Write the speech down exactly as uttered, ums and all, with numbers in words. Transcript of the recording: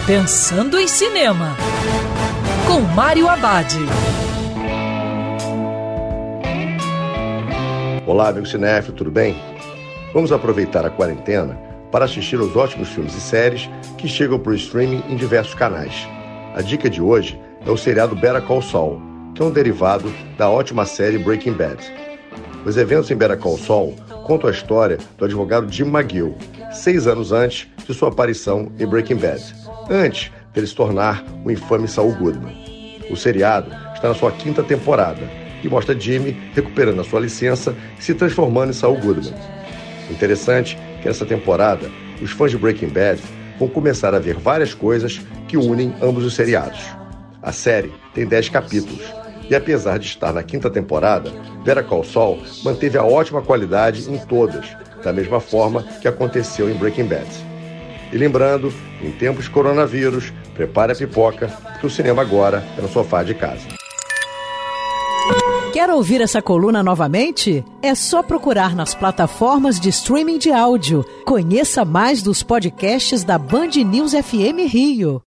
Pensando em Cinema, com Mário Abad. Olá, amigo cinéfilo, tudo bem? Vamos aproveitar a quarentena para assistir aos ótimos filmes e séries que chegam para o streaming em diversos canais. A dica de hoje é o seriado Better Call Saul, que é um derivado da ótima série Breaking Bad. Os eventos em Better Call Saul contam a história do advogado Jim McGill, seis anos antes de sua aparição em Breaking Bad, antes de ele se tornar o infame Saul Goodman. O seriado está na sua quinta temporada e mostra Jimmy recuperando a sua licença e se transformando em Saul Goodman. O interessante é que nessa temporada, os fãs de Breaking Bad vão começar a ver várias coisas que unem ambos os seriados. A série tem dez capítulos e, apesar de estar na quinta temporada, Better Call Saul manteve a ótima qualidade em todas, da mesma forma que aconteceu em Breaking Bad. E lembrando, em tempos de coronavírus, prepare a pipoca, porque o cinema agora é no sofá de casa. Quer ouvir essa coluna novamente? É só procurar nas plataformas de streaming de áudio. Conheça mais dos podcasts da Band News F M Rio.